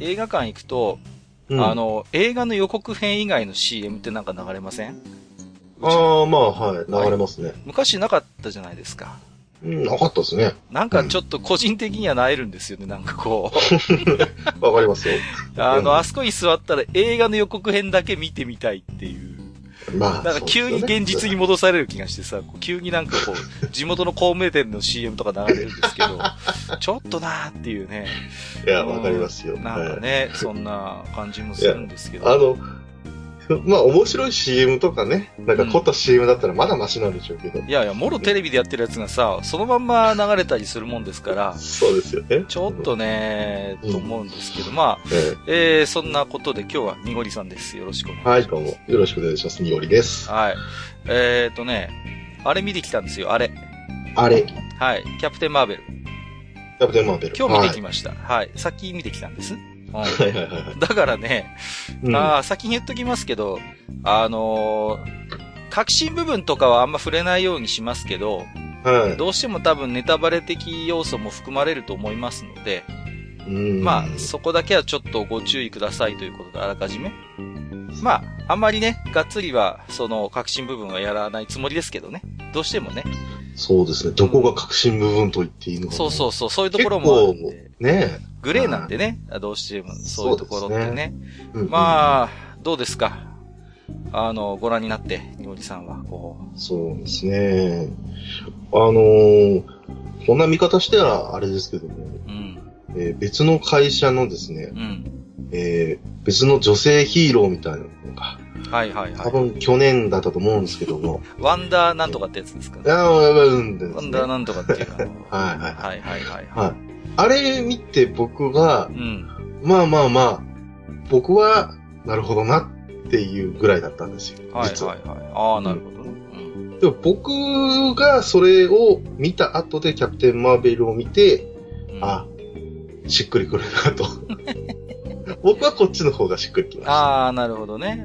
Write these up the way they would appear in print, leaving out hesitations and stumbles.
映画館行くと、映画の予告編以外の CM ってなんか流れません？ ああ、まあ、はい、流れますね。 昔なかったじゃないですか。 なかったですね。 なんかちょっと個人的には萎えるんですよね、なんかこう。わかりますよ。 あそこに座ったら映画の予告編だけ見てみたいっていう。 まあ、 なんか急に現実に戻される気がしてさ、急になんかこう、地元の工務店の CM とか流れるんですけど、ちょっとなーっていうね。 いや、わかりますよ。 なんかね、そんな感じもするんですけど。 まあ面白い CM とかね、なんか凝った CM だったらまだマシなんでしょうけど。 いやいや、もろテレビでやってるやつがさ、そのまんま流れたりするもんですから。 そうですよね。 ちょっとね、と思うんですけど、まあ、そんなことで今日はにごりさんです。よろしくお願いします。 はい、どうも。よろしくお願いします。にごりです。 はい。あれ見てきたんですよ、あれ。 はい、 キャプテンマーベル。 キャプテンマーベル。 今日見てきました。はい。さっき見てきたんです。だからね、先に言っときますけど、核心部分とかはあんま触れないようにしますけど、どうしても多分ネタバレ的要素も含まれると思いますので、まあ、そこだけはちょっとご注意くださいということであらかじめ。まあ、あんまりね、がっつりは、その核心部分はやらないつもりですけどね。どうしてもね。 そうですね。どこが核心部分と言っていいのか、 そう、そういうところもあるんで。 ねグレーなんでね、どうしてもそういうところってね。まあ、どうですか？ご覧になって、にごりさんは、こう。 そうですね。こんな見方してはあれですけども、別の会社のですね、別の女性ヒーローみたいなのが、多分去年だったと思うんですけども。 ワンダーなんとかってやつですか？ ワンダーなんとかっていうのはい。あれ見て僕が、まあ、僕は、なるほどなっていうぐらいだったんですよ。実は。 ああ、なるほどね。 でも僕がそれを見た後でキャプテンマーベルを見て、しっくりくるなと。僕はこっちの方がしっくりきました。 ああ、なるほどね。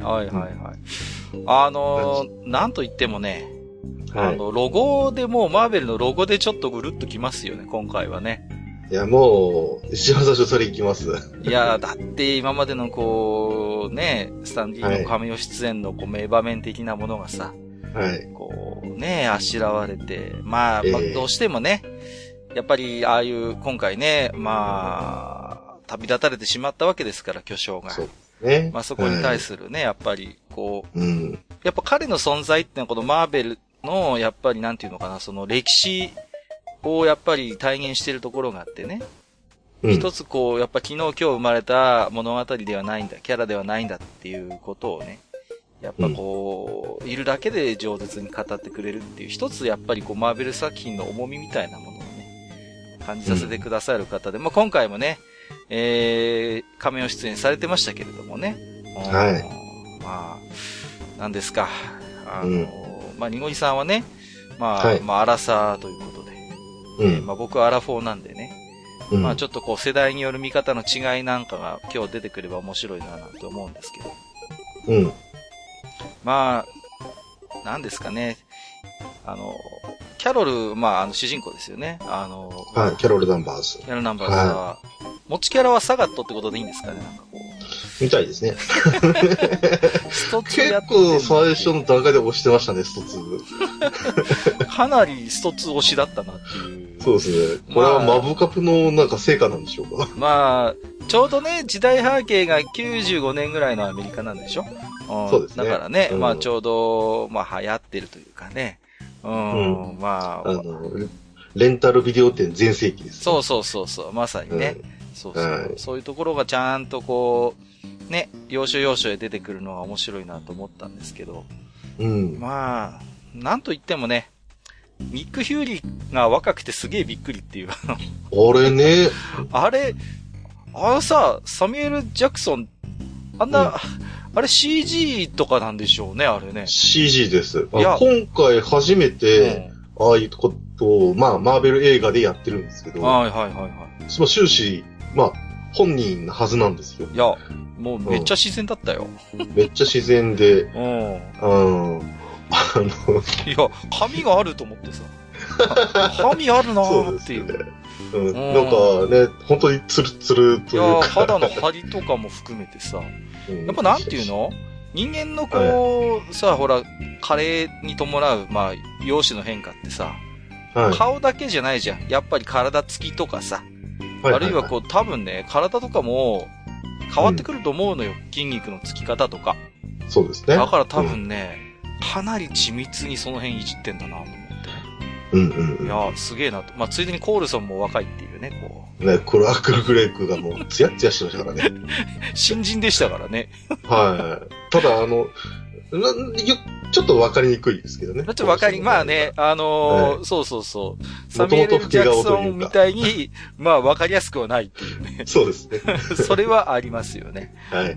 なんと言ってもね、ロゴでもうマーベルのロゴでちょっとぐるっときますよね、今回はね。 いや、もう、一番最初それいきます。 いや、だって今までのこう、ね、スタンディーのカメオ出演のこう名場面的なものがさ、こう、ね、あしらわれて、まあ、どうしてもね、やっぱり、ああいう、今回ね、まあ、旅立たれてしまったわけですから、巨匠が。 そうね。 まあそこに対するね、やっぱり、こう、やっぱ彼の存在ってのはこのマーベルの、やっぱりなんていうのかな、その歴史をやっぱり体現しているところがあってね。一つこう、やっぱ昨日今日生まれた物語ではないんだ、キャラではないんだっていうことをね、やっぱこう、いるだけで饒舌に語ってくれるっていう、一つやっぱりこう、マーベル作品の重みみたいなものをね、感じさせてくださる方で、まあ今回もね、カメオ出演されてましたけれどもね。まあ、なんですか。まあ、にごりさんはね、まあ、アラサーということで。まあ僕はアラフォーなんでね。まあちょっとこう世代による見方の違いなんかが今日出てくれば面白いななんて思うんですけど。まあ、なんですかね。キャロル、まあ主人公ですよね。キャロル・ナンバーズ。 キャロル・ナンバーズは、持ちキャラはサガットってことでいいんですかね、なんかこう。 みたいですね。結構最初の段階で押してましたね、スト2。 かなりスト2推しだったなっていう。 そうですね。これはマブカプのなんか成果なんでしょうか。 まあ、ちょうどね、時代背景が95年ぐらいのアメリカなんでしょ？ そうですね。 だからね、まあちょうど、まあ流行ってるというかね。まあ。 レンタルビデオ店全盛期です、 ね。そう、まさにね。そういうところがちゃんとこう、ね、要所要所へ出てくるのが面白いなと思ったんですけど。まあ、なんと言ってもね、ミック・ヒューリーが若くてすげえびっくりっていう。 あれね。 あのさ、サミュエル・ジャクソン、あんな、あれ CG とかなんでしょうね、あれね。 CG です。今回初めて、ああいうことを、まあ、マーベル映画でやってるんですけど。その終始、まあ、本人のはずなんですよ。 いや、もうめっちゃ自然だったよ。 めっちゃ自然で。いや、髪があると思ってさ。 ハミあるなーっていう。 うん、なんかね、本当にツルツルというか。 いや、肌の張りとかも含めてさ、やっぱなんていうの？人間のこう、さ、ほら、加齢に伴う、まあ、容姿の変化ってさ、はい、顔だけじゃないじゃん。やっぱり体つきとかさ、あるいはこう、多分ね、体とかも変わってくると思うのよ。筋肉のつき方とか。 そうですね。 だから多分ね、かなり緻密にその辺いじってんだなと思ってね。いやすげえなと。まあ、ついでにコールソンも若いっていうね、こう。 ね、クラークルグレイクがもうツヤツヤしてましたからね。 新人でしたからね。 はい。ただちょっとわかりにくいですけどね。 ちょっとわかり、まあね、そうそうそう。サミュエル・ジャクソンみたいに、まあわかりやすくはないっていうね。 そうですね。 それはありますよね。 はい。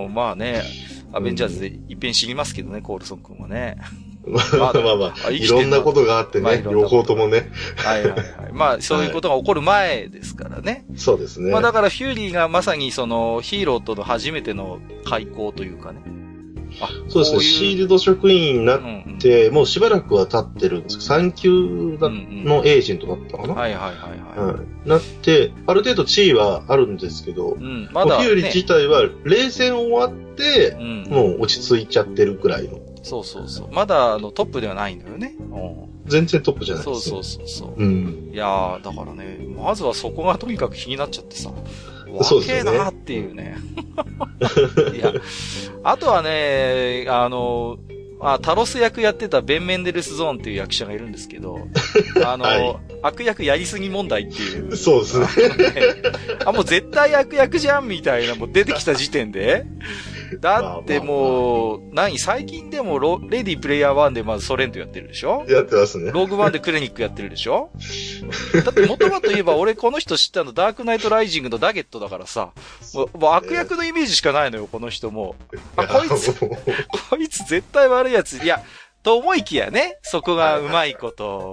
まあね、アベンジャーズで一遍知りますけどね、コールソン君はね。 まあ、いろんなことがあってね、両方ともね。 はいはいはい。まあ、そういうことが起こる前ですからね。 そうですね。 まあだからフューリーがまさにそのヒーローとの初めての開口というかね。 そうですね。シールド職員になって、もうしばらくは経ってるんですけど、3級のエージェントだったかな。 はいはいはいはい。 なって、ある程度地位はあるんですけど、 まだ、 フューリー自体は冷戦終わって、もう落ち着いちゃってるくらいの。 そうそうそう。まだトップではないんだよね。 全然トップじゃないですね。そう。いやー、だからね、まずはそこがとにかく気になっちゃってさ。わけえなーっていうね。いや、あとはね、タロス役やってたベン・メンデルスゾーンっていう役者がいるんですけど、はい、悪役やりすぎ問題っていう。 そうですね。 もう絶対悪役じゃんみたいな、もう出てきた時点で。だってもう、最近でもレディープレイヤー1でまずソレントやってるでしょ？ やってますね。 ローグ1でクレニックやってるでしょ？だって元はといえば俺この人知ったのダークナイトライジングのダゲットだからさ、もう悪役のイメージしかないのよ、この人も。こいつ絶対悪いやつ。いや、と思いきやね、そこがうまいこと、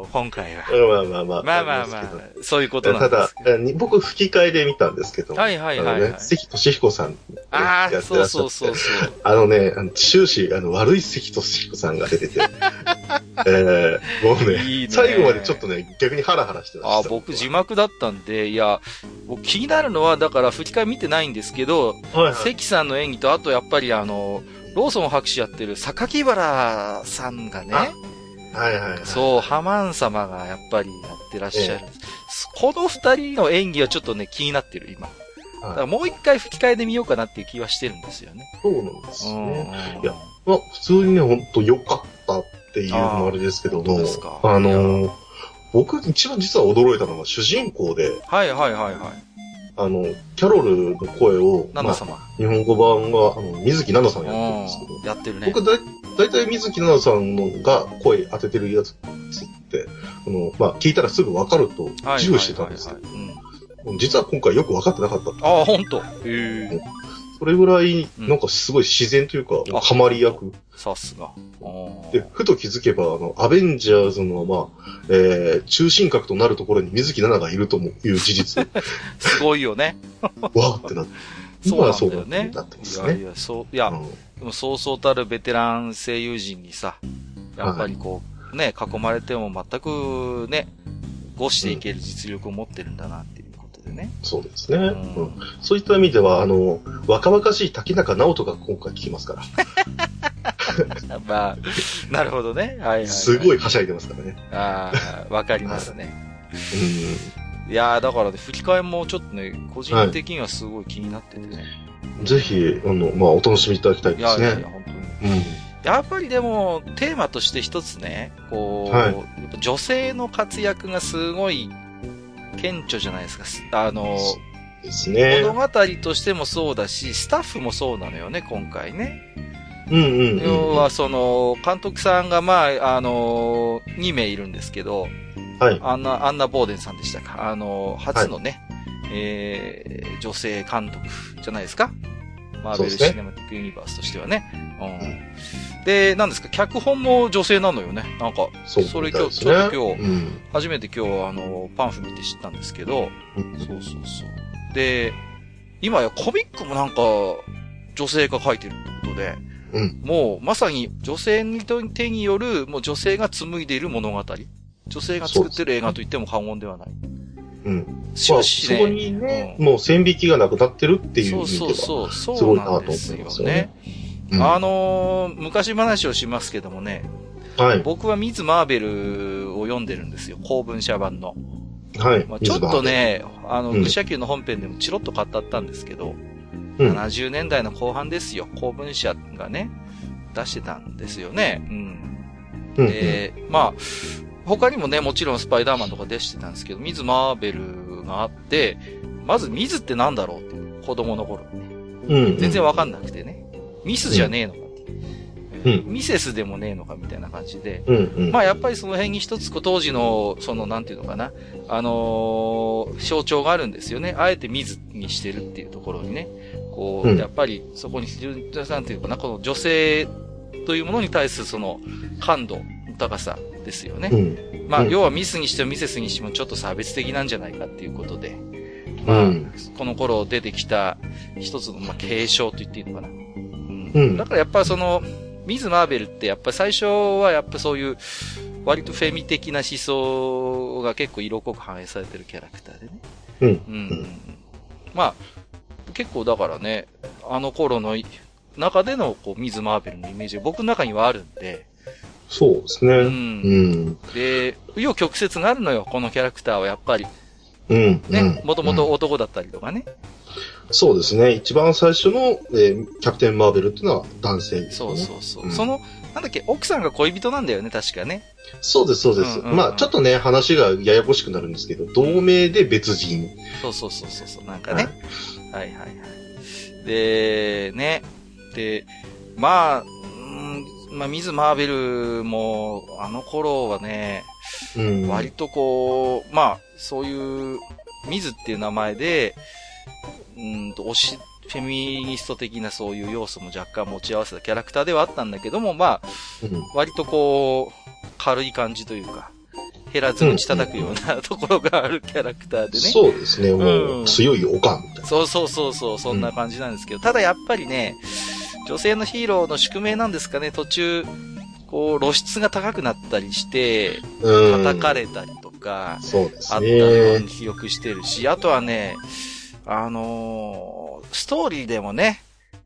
今回は。まあ、そういうことなんですけど。 ただ、僕吹き替えで見たんですけど。 はい。 関俊彦さん。 そう。 終始、悪い関俊彦さんが出てて。もうね、いいね、最後までちょっとね、逆にハラハラしてました。 僕字幕だったんで、いや、僕気になるのは、だから吹き替え見てないんですけど、関さんの演技と、あとやっぱりローソン博士やってる榊原さんがね、そう、ハマン様がやっぱりやってらっしゃる。この二人の演技はちょっとね、気になってる、今。だからもう一回吹き替えで見ようかなっていう気はしてるんですよね。 そうなんですね。いや、普通にね、ほんと良かったっていうのもあれですけども、僕一番実は驚いたのが主人公で、キャロルの声を、日本語版が、水木奈々さんやってるんですけど、 やってるね。 僕だいたい水木奈々さんが声当ててるやつって、聞いたらすぐ分かると自負してたんですけど、実は今回よく分かってなかった。 ほんと。 それぐらい、なんかすごい自然というか、ハマり役。 さすが。 で、ふと気づけば、アベンジャーズの、中心核となるところに水木奈々がいるという事実。 すごいよね。 わーってなって。 そうなんだよね。 なってますね。 でもそうそうたるベテラン声優陣にさ、やっぱりこう、ね、囲まれても全くね、ごしていける実力を持ってるんだなっていうことでね。 そうですね。そういった意味では、若々しい竹中直人が今回聞きますから。 なるほどね。 すごいはしゃいでますからね。 わかりますね。いやだからね、吹き替えもちょっとね、個人的にはすごい気になっててね。 ぜひ、お楽しみいただきたいですね。 いや、本当に。やっぱりでも、テーマとして一つね、こう、女性の活躍がすごい、顕著じゃないですか。 ですね。 物語としてもそうだし、スタッフもそうなのよね、今回ね。要は、監督さんが、2名いるんですけど、アンナ・ボーデンさんでしたか。初のね、女性監督じゃないですか。マーベル・シネマティック・ユニバースとしてはね。で、何ですか、脚本も女性なのよね。なんか、それ今日、ちょっと今日、初めて今日、パンフ見て知ったんですけど、そう。で、今やコミックもなんか、女性が書いてるってことで、もう、まさに女性に手による、もう女性が紡いでいる物語。 女性が作ってる映画と言っても過言ではない。 うん。しかしね、そこにね、もう線引きがなくなってるっていう意味では、すごいなと思いますよね。 昔話をしますけどもね、 はい。 僕はミズ・マーベルを読んでるんですよ。公文社版の。 はい。 ちょっとね、愚者級の本編でもチロッと語ったんですけど、70年代の後半ですよ。公文社がね、出してたんですよね。で、他にもね、もちろんスパイダーマンとか出してたんですけど、ミズ・マーベルがあって、まずミズってなんだろうって、子供の頃にね。全然わかんなくてね。ミスじゃねえのかって。ミセスでもねえのかみたいな感じで。やっぱりその辺に一つ当時の、なんていうのかな。象徴があるんですよね。あえてミズにしてるっていうところにね。やっぱりそこに、なんていうかな、この女性というものに対するその感度の高さですよね。要はミスにしてもミセスにしてもちょっと差別的なんじゃないかっていうことで。この頃出てきた一つの、継承と言っていいのかな。だからやっぱミズ・マーベルってやっぱ最初はやっぱそういう割とフェミ的な思想が結構色濃く反映されてるキャラクターでね。結構だからね、あの頃の中でのミズ・マーベルのイメージが僕の中にはあるんで。 そうですね。 で、紆余曲折があるのよ、このキャラクターはやっぱり。もともと男だったりとかね。 そうですね。一番最初の、キャプテン・マーベルっていうのは男性ですね。 そう。なんだっけ、奥さんが恋人なんだよね、確かね。 そうです。ちょっとね、話がややこしくなるんですけど、同名で別人。 そう。なんかね。はい。で、ね。で、ミズ・マーベルも、あの頃はね、割とそういう、ミズっていう名前で、フェミニスト的なそういう要素も若干持ち合わせたキャラクターではあったんだけども、割と軽い感じというか、減らず口叩くようなところがあるキャラクターでね。 そうですね、もう、強いオカンみたいな。 そう、そんな感じなんですけど、ただやっぱりね、女性のヒーローの宿命なんですかね、途中、露出が高くなったりして、叩かれたりとか、 そうですね。 あったように記憶してるし、あとはね、ストーリーでもね、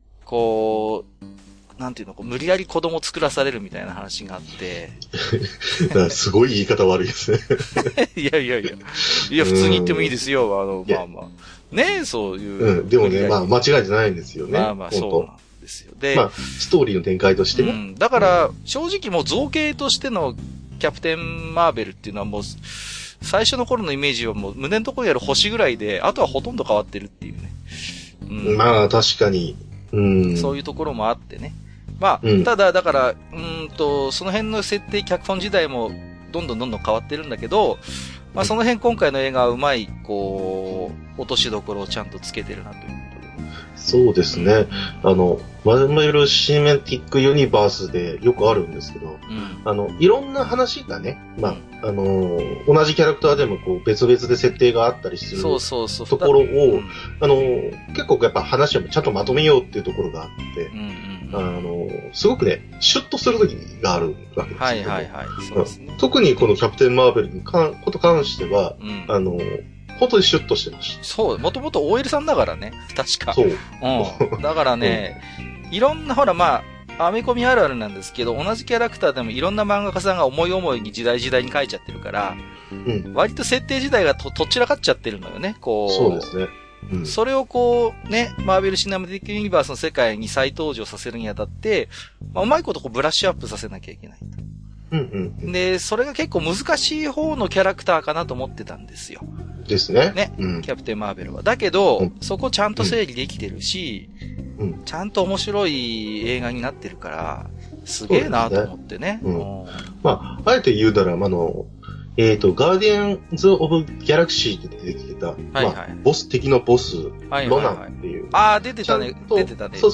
なんていうの、無理やり子供作らされるみたいな話があって。 すごい言い方悪いですね。 いや、普通に言ってもいいですよ。ね、そういう。 でもね、間違いじゃないんですよね。 そうなんですよ。で、 ストーリーの展開としてね。 だから、正直もう造形としてのキャプテン・マーベルっていうのはもう、最初の頃のイメージはもう胸のところにある星ぐらいで、あとはほとんど変わってるっていうね。 確かに。 そういうところもあってね。ただ、だから、その辺の設定、脚本時代もどんどん変わってるんだけど、その辺今回の映画はうまい、落としどころをちゃんとつけてるなということで。 そうですね。マーベルシネマティックユニバースでよくあるんですけど、いろんな話がね、同じキャラクターでも別々で設定があったりするところを、結構やっぱ話をちゃんとまとめようっていうところがあって、すごくね、シュッとする時があるわけですよ。そうですね。特にこのキャプテン・マーベルに関しては、本当にシュッとしてました。 そう、もともと OL さんだからね、確か。 そう。 だからね、いろんな、ほらアメコミあるあるなんですけど、同じキャラクターでもいろんな漫画家さんが思い思いに時代に書いちゃってるから、割と設定時代がとっちらかっちゃってるのよね、 そうですね。 それをマーベルシネマティックユニバースの世界に再登場させるにあたって、うまいことブラッシュアップさせなきゃいけないと。で、それが結構難しい方のキャラクターかなと思ってたんですよ。 ですね。 キャプテン・マーベルは。だけど、そこちゃんと整理できてるし、ちゃんと面白い映画になってるから、すげえなと思ってね。 あえて言うなら、ガーディアンズ・オブ・ギャラクシーって出てきてた、敵のボス、ロナンっていう。 出てたね。 そう。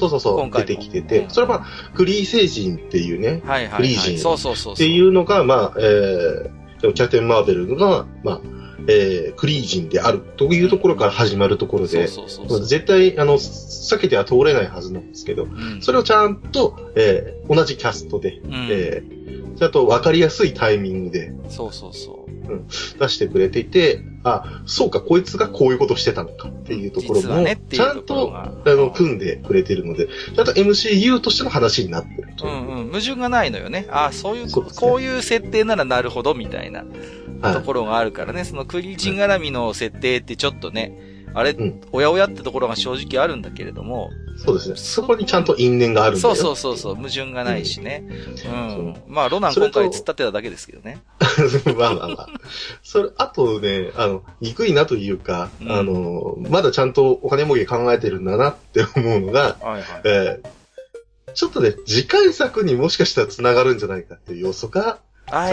出てきてて、それはクリー星人っていうね、クリー人っていうのが、キャプテン・マーベルが、 クリージンであるというところから始まるところで、絶対、避けては通れないはずなんですけど、それをちゃんと、同じキャストで、ちゃんと分かりやすいタイミングで、出してくれていて、あ、そうか、こいつがこういうことしてたのかっていうところも、ちゃんと、組んでくれてるので、ちゃんと MCU としての話になってると。 矛盾がないのよね。あ、そういう、こういう設定ならなるほど、みたいなところがあるからね。そのクリージン絡みの設定ってちょっとね、あれ、おやおやってところが正直あるんだけれども。 そうですね。そこにちゃんと因縁があるんだよ。 そう。矛盾がないしね。まあ、ロナン今回突っ立てただけですけどね。 まあ。あとね、憎いなというか、まだちゃんとお金儲け考えてるんだなって思うのが、ちょっとね、次回作にもしかしたら繋がるんじゃないかっていう要素が、 はい。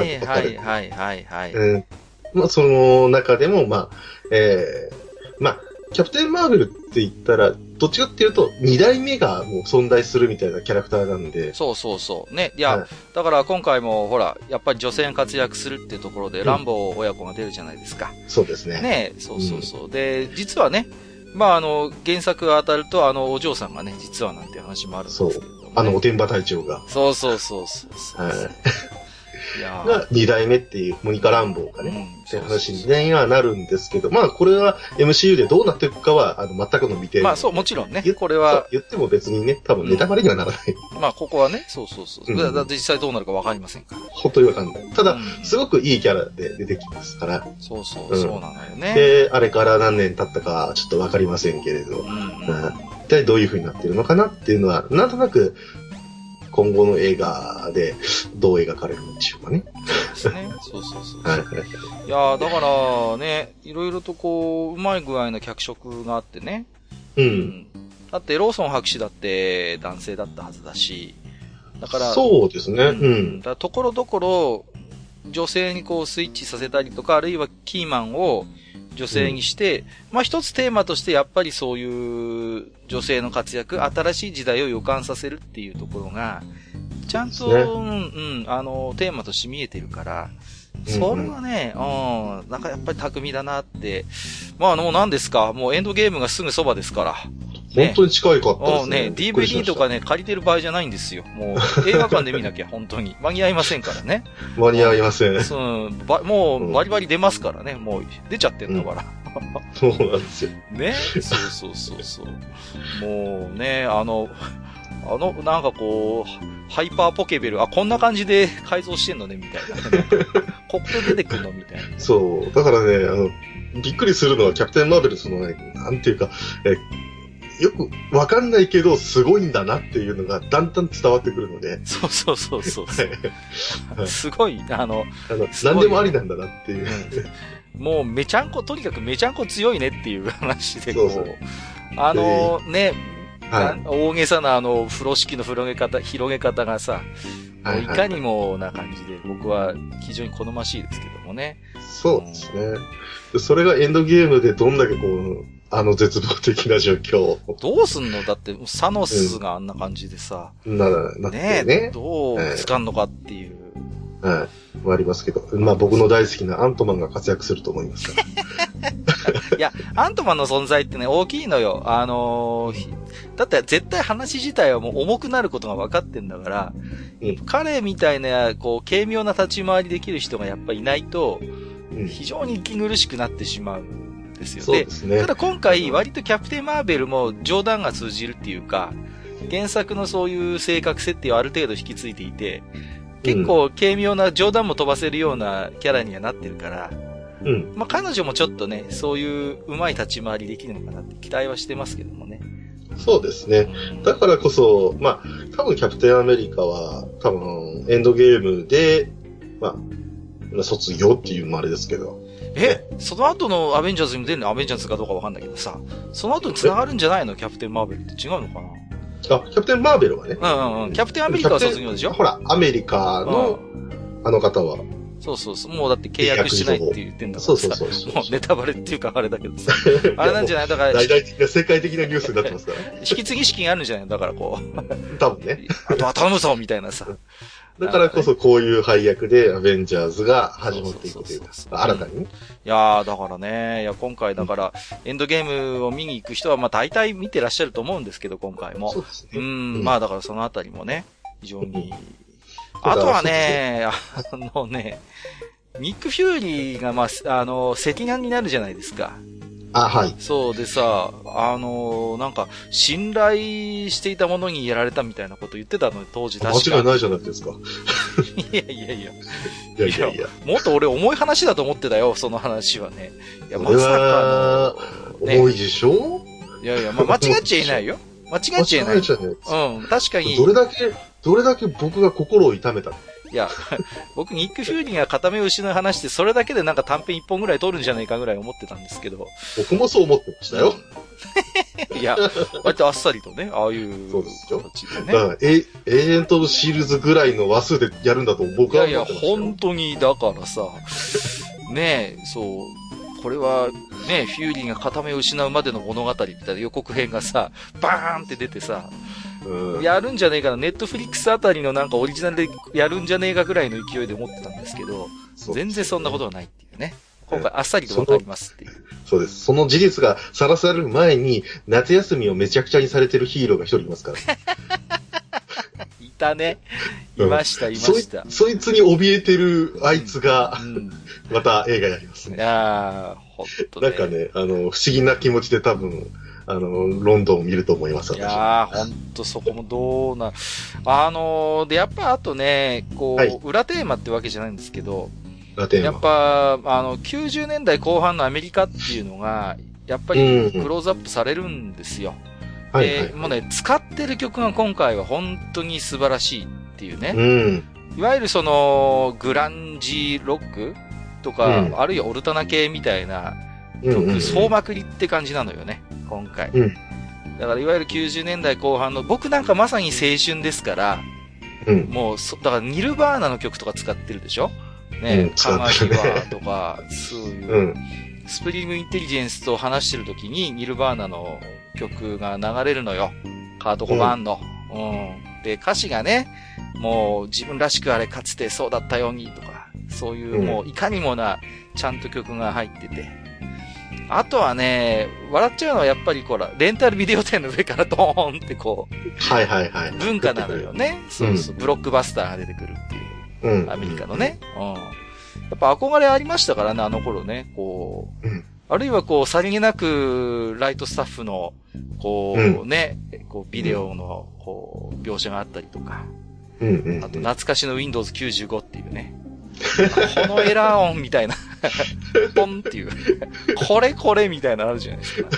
まあ、その中でも、まあ、キャプテン・マーベルって言ったら、どっちかっていうと、二代目がもう存在するみたいなキャラクターなんで。 そう。ね。いや、だから今回も、ほら、やっぱり女性が活躍するっていうところで、ランボー親子が出るじゃないですか。 そうですね。 ね、そう。で、実はね、まあ、原作が当たると、お嬢さんがね、実はなんて話もあるんですけど、ね。 そう。おてんば隊長が。 そう。 が二代目っていうモニカ・ランボーがね、って話にはなるんですけど、まあこれは MCU でどうなっていくかは全くの未定。 まあそう、もちろんね。これは。 言っても別にね、多分ネタバレにはならない。 まあここはね、そう。実際どうなるかわかりませんから。 本当にわかんない。ただ、すごくいいキャラで出てきますから。 そうなのよね。 で、あれから何年経ったかちょっとわかりませんけれど、一体どういう風になってるのかなっていうのは、なんとなく、今後の映画でどう描かれるんでしょうかね。 そうですね。そう。いやだからね、いろいろとこう、うまい具合の脚色があってね。だってローソン博士だって男性だったはずだし。だから。 そうですね。 だからところどころ、女性にこうスイッチさせたりとか、あるいはキーマンを女性にして、まあ一つテーマとしてやっぱりそういう女性の活躍、新しい時代を予感させるっていうところが、ちゃんと、テーマとして見えてるから、それはね、なんかやっぱり巧みだなって。まあもう何ですか、もうエンドゲームがすぐそばですから。 本当に近いかったですね。 DVD とかね、借りてる場合じゃないんですよ。もう、映画館で見なきゃ、本当に。間に合いませんからね。 間に合いません。 もう、バリバリ出ますからね。もう、出ちゃってんだから。 そうなんですよ。 ね。そう。もうね、なんかこう、ハイパーポケベル、こんな感じで改造してんのね、みたいな。ここで出てくんのみたいな。 そう。だからね、びっくりするのはキャプテン・マーベルなんていうか、よくわかんないけど、すごいんだなっていうのがだんだん伝わってくるので。 そう。すごい、 何でもありなんだなっていう。 もうとにかくめちゃんこ強いねっていう話で、 そうね、大げさな風呂敷の広げ方がさ、いかにもな感じで、僕は非常に好ましいですけどもね。 そうですね。それがエンドゲームでどんだけこう、絶望的な状況。 どうすんのだって、サノスがあんな感じでさ。 なってね。 どう使うのかっていう。 ありますけど。まあ僕の大好きなアントマンが活躍すると思いますから。 いや、アントマンの存在ってね、大きいのよ。だって絶対話自体はもう重くなることが分かってんだから、彼みたいな、こう、軽妙な立ち回りできる人がやっぱいないと、非常に息苦しくなってしまうんですよ。 そうですね。 ただ今回、割とキャプテン・マーベルも冗談が通じるっていうか、原作のそういう性格設定をある程度引き継いでいて、結構軽妙な冗談も飛ばせるようなキャラにはなってるから、まあ彼女もちょっとね、そういう上手い立ち回りできるのかなって期待はしてますけどもね。 そうですね。だからこそ、まあ、多分キャプテンアメリカは、多分エンドゲームで、まあ、卒業っていうのもあれですけど。 その後のアベンジャーズにも出るの？アベンジャーズかどうかわかんないけどさ、その後に繋がるんじゃないの？キャプテンマーベルって違うのかな？ キャプテンマーベルはね。 キャプテンアメリカは卒業でしょ？ ほら、アメリカの、あの方は。 そう。もうだって契約しないって言ってんだからさ。そう。もうネタバレっていうかあれだけどさ。あれなんじゃないだから。 大々的な世界的なニュースになってますから。 引き継ぎ式があるんじゃないだからこう。 多分ね。 あとは頼むぞみたいなさ。 だからこそこういう配役でアベンジャーズが始まっていくというか、新たに。 いやー、だからね、いや、今回だから、エンドゲームを見に行く人は、まあ大体見てらっしゃると思うんですけど、今回も。 そうですね。 まあだからそのあたりもね、非常に。あとはね、ニック・フューリーが、まあ、責任になるじゃないですか。 はい。 そうでさ、なんか、信頼していたものにやられたみたいなこと言ってたの、当時確か。 間違いないじゃないですか。 いや。いや、もっと俺重い話だと思ってたよ、その話はね。いや、まさかの、重いでしょ？ いや、まあ、間違っちゃいないよ。間違っちゃいない。うん、確かに。 どれだけ僕が心を痛めたの？ いや、僕、ニック・フューリーが片目を失う話ってそれだけでなんか短編一本ぐらい撮るんじゃないかぐらい思ってたんですけど。 僕もそう思ってましたよ。 いや、割とあっさりとね、ああいう形でね。だから、エージェント・シールズぐらいの話数でやるんだと僕は思ってましたよ。 本当に、だからさ、ねえ、そう、これは、ね、フューリーが片目を失うまでの物語みたいな予告編がさ、バーンって出てさ、やるんじゃねえかな、ネットフリックスあたりのなんかオリジナルでやるんじゃねえかぐらいの勢いで思ってたんですけど、全然そんなことはないっていうね。今回あっさりとわかりますっていう。 そうです。その事実がさらされる前に、夏休みをめちゃくちゃにされてるヒーローが一人いますから。 いたね。いました。 そいつに怯えてるあいつが、また映画やりますね。 いやー、ほんとね。 なんかね、不思議な気持ちで多分、ロンドンを見ると思います。 いやー、ほんとそこもどうな、で、やっぱあとね、こう、裏テーマってわけじゃないんですけど、やっぱ、90年代後半のアメリカっていうのが、やっぱりクローズアップされるんですよ。で、もうね、使ってる曲が今回は本当に素晴らしいっていうね。いわゆるその、グランジロックとか、あるいはオルタナ系みたいな曲、総まくりって感じなのよね。今回。だからいわゆる90年代後半の、僕なんかまさに青春ですから、もうだからニルバーナの曲とか使ってるでしょね、カマヒワとか、そういう、スプリングインテリジェンスと話してる時にニルバーナの曲が流れるのよ。カート・コバーンの。で、歌詞がね、もう自分らしくあれかつてそうだったようにとか、そういうもういかにもな、ちゃんと曲が入ってて。あとはね、笑っちゃうのはやっぱりこら、レンタルビデオ店の上からドーンってこう、文化なのよね。そう、ブロックバスターが出てくるっていう。アメリカのね。やっぱ憧れありましたからね、あの頃ね。こう、あるいはこう、さりげなく、ライトスタッフの、こう、ね、こう、ビデオの、こう、描写があったりとか。あと、懐かしの Windows 95っていうね。このエラー音みたいな。ポンっていう。これみたいなのあるじゃないですか。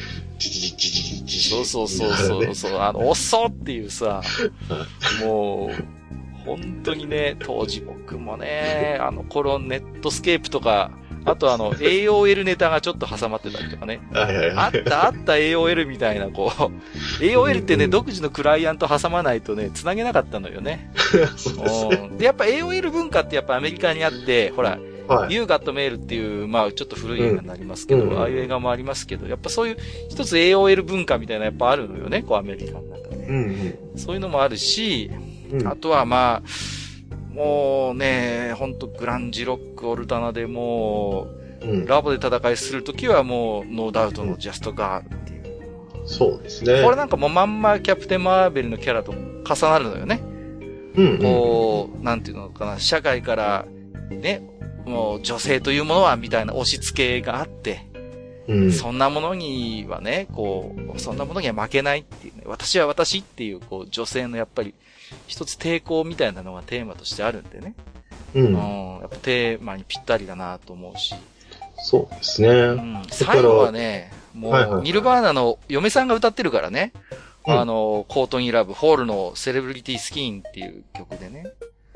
そう。遅っていうさ、もう、本当にね、当時僕もね、頃ネットスケープとか、あとAOL ネタがちょっと挟まってたりとかね。あった AOL みたいな、こう。AOL ってね、独自のクライアント挟まないとね、繋げなかったのよね。で、やっぱ AOL 文化ってやっぱアメリカにあって、ほら、You Got Mail っていう、まあちょっと古い映画になりますけど、ああいう映画もありますけど、やっぱそういう一つ AOL 文化みたいなやっぱあるのよね、こうアメリカの中で。そういうのもあるし、あとはまあ、もうね、ほんとグランジロックオルタナでもう、ラボで戦いするときはもう、ノーダウトのジャストガールっていう。 そうですね。 これなんかもうまんまキャプテンマーベルのキャラと重なるのよね。こう、なんていうのかな、社会から、ね、もう女性というものはみたいな押し付けがあって、そんなものにはね、こう、そんなものには負けないっていうね、私は私っていう、こう、女性のやっぱり、一つ抵抗みたいなのがテーマとしてあるんでね。やっぱテーマにぴったりだなと思うし。 そうですね。 最後はね、もう、ニルバーナの嫁さんが歌ってるからね。コートニーラブ、ホールのセレブリティスキーンっていう曲でね。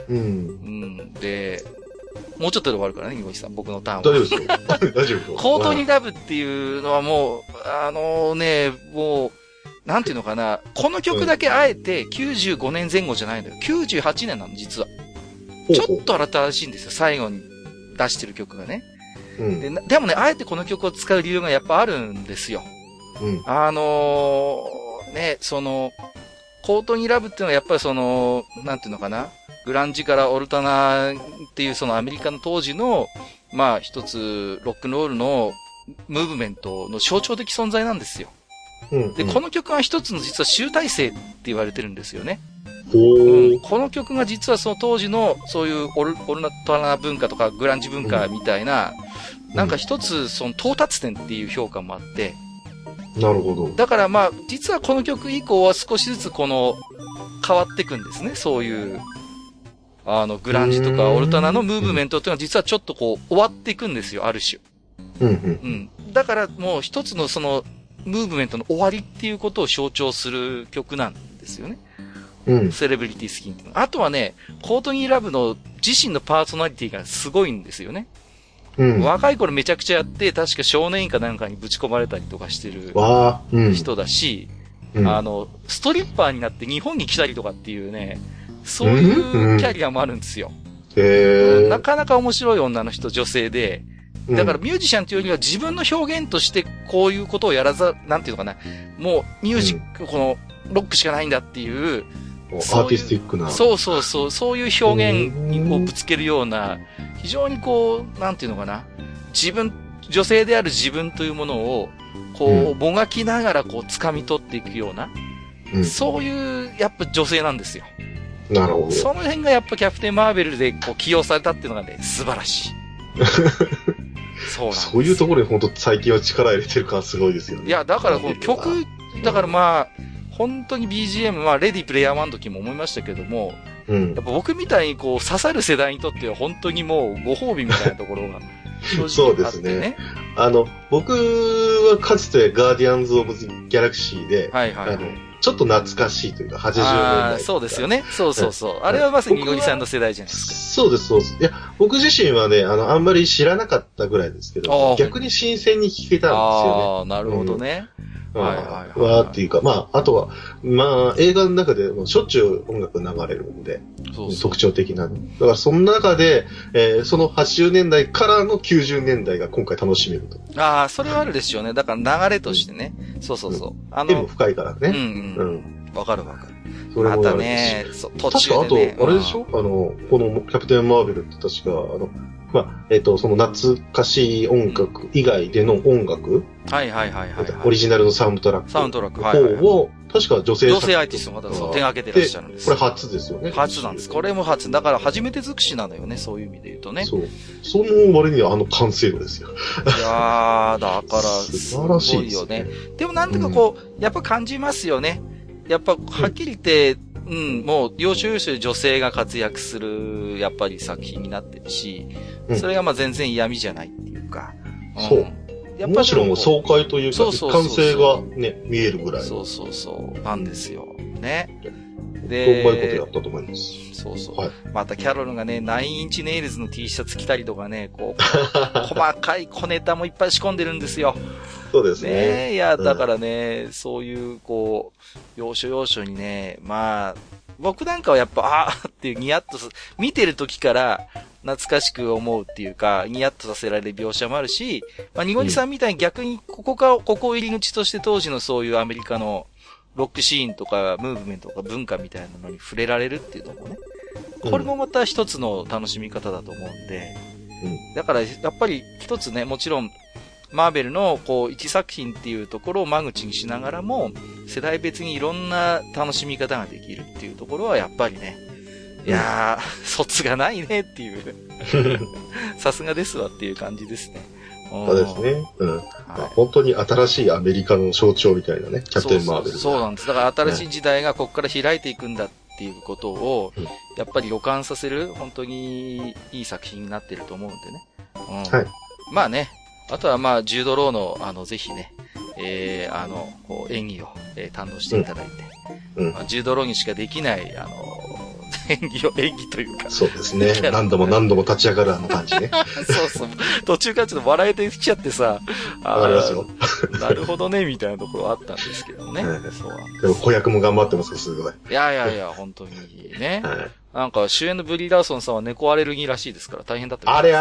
で、もうちょっとで終わるからね、岩井さん、僕のターンは。 大丈夫ですよ。大丈夫。 コートニーラブっていうのはもう、もう、なんていうのかな、この曲だけあえて95年前後じゃないんだよ。98年なの、実は。ちょっと新しいんですよ、最後に出してる曲がね。でもね、あえてこの曲を使う理由がやっぱあるんですよ。 コートニーラブっていうのはやっぱりその、なんていうのかな、グランジからオルタナっていうそのアメリカの当時の、まあ一つロックンロールのムーブメントの象徴的存在なんですよ。で、この曲は一つの実は集大成って言われてるんですよね。この曲が実はその当時のそういうオルタナ文化とかグランジ文化みたいな、なんか一つその到達点っていう評価もあって。 なるほど。 だからまあ、実はこの曲以降は少しずつこの変わっていくんですね。そういう、グランジとかオルタナのムーブメントっていうのは実はちょっとこう終わっていくんですよ、ある種。だからもう一つのそのムーブメントの終わりっていうことを象徴する曲なんですよね。セレブリティスキンっていうの。あとはね、コートニーラブの自身のパーソナリティがすごいんですよね。若い頃めちゃくちゃやって、確か少年院かなんかにぶち込まれたりとかしてる人だし、ストリッパーになって日本に来たりとかっていうね、そういうキャリアもあるんですよ。なかなか面白い女の人、女性で、だからミュージシャンというよりは自分の表現としてこういうことをやらざ、なんていうのかな、もうミュージック、このロックしかないんだっていう、 アーティスティックな。 そういう表現をぶつけるような、非常にこう、なんていうのかな、女性である自分というものを、こう、もがきながらこう、掴み取っていくような、そういう、やっぱ女性なんですよ。 なるほど。 その辺がやっぱキャプテン・マーベルでこう起用されたっていうのがね、素晴らしい。そうなんです。 そういうところに本当最近は力入れてる感すごいですよね。 いや、だからこの曲、だからまあ、本当に BGM、まあ、レディプレイヤー1の時も思いましたけども、やっぱ僕みたいにこう、刺さる世代にとっては本当にもうご褒美みたいなところが正直あってね。そうですね。 僕はかつてガーディアンズ・オブ・ギャラクシーで、ちょっと懐かしいというか、80年代。 そうですよね。そう。あれはまさにみごりさんの世代じゃないですか。 そうです。いや、僕自身はね、あんまり知らなかったぐらいですけど、逆に新鮮に聴けたんですよね。 なるほどね。 っていうか、まあ、あとは、まあ、映画の中でもしょっちゅう音楽流れるんで、特徴的な。だから、その中で、その80年代からの90年代が今回楽しめると。 それはあるですよね。だから流れとしてね。そう。 でも深いからね。 わかる。 それもまたね、途中でね。 確か、あと、あれでしょこのキャプテン・マーベルって確か、まあ、その懐かしい音楽以外での音楽。オリジナルのサウンドトラック。方を、確か女性アーティストが手掛けてらっしゃるんです。 これ初ですよね。 初なんです。これも初。だから初めて尽くしなのよね、そういう意味で言うとね。 そう。その割には完成度ですよ。 いやー、だから、素晴らしいよね。でもなんとかこう、やっぱ感じますよね。やっぱ、はっきり言って、もう、要所要所で女性が活躍する、やっぱり作品になってるし、それがまあ全然嫌味じゃないっていうか。 そう。むしろもう爽快というか、一貫性がね、見えるぐらい。 なんですよ。ね。 で、うまいことやったと思います。 またキャロルがね、9インチネイルズの T シャツ着たりとかね、こう、細かい小ネタもいっぱい仕込んでるんですよ。 そうですね。 いや、だからね、そういう、こう、要所要所にね、まあ、僕なんかはやっぱ、っていうニヤッと見てる時から懐かしく思うっていうか、ニヤッとさせられる描写もあるし、まあ、ニゴニさんみたいに逆にここを入り口として当時のそういうアメリカのロックシーンとかムーブメントとか文化みたいなのに触れられるっていうのもね、これもまた一つの楽しみ方だと思うんで、だからやっぱり一つね、もちろんマーベルのこう一作品っていうところを間口にしながらも世代別にいろんな楽しみ方ができるっていうところはやっぱりね、いやー、卒がないねっていうさすがですわっていう感じですね。 そうですね。本当に新しいアメリカの象徴みたいなね、キャプテンマーベル。 そうなんです。だから新しい時代がここから開いていくんだっていうことを、やっぱり予感させる本当にいい作品になってると思うんでね。まあね、あとはまあ、ジュード・ローのぜひね、こう演技を、堪能していただいて、ジュード・ローにしかできない、演技というか。 そうですね。何度も立ち上がる感じね。 そう。途中からちょっと笑えてきちゃってさ、 わかりますよ。 なるほどね、みたいなところあったんですけどね。 でも子役も頑張ってますすごい。 いや、本当にね。なんか主演のブリー・ラーソンさんは猫アレルギーらしいですから大変だった。 あれ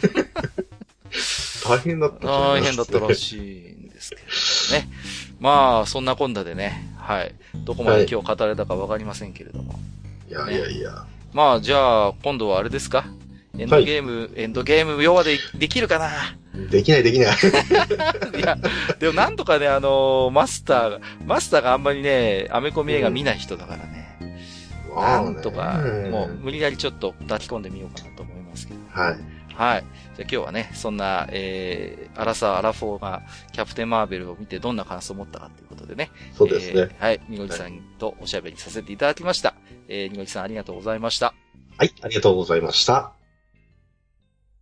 大変だったらしいんですけどね。まあ、そんなこんなでね。 はい。どこまで今日語られたかわかりませんけれども。 いやいやいや。 まあ、じゃあ、今度はあれですか？エンドゲーム弱でできるかな？ できない。いや、 でもなんとかね、マスターがあんまりね、アメコミ映画見ない人だからね。なんとか、もう無理やりちょっと抱き込んでみようかなと思いますけど。 はい。 はい。じゃあ今日はね、そんな、アラサー・アラフォーがキャプテン・マーベルを見てどんな感想を持ったかということでね。 そうですね。 はい。みごりさんとおしゃべりさせていただきました。みごりさんありがとうございました。 はい、ありがとうございました。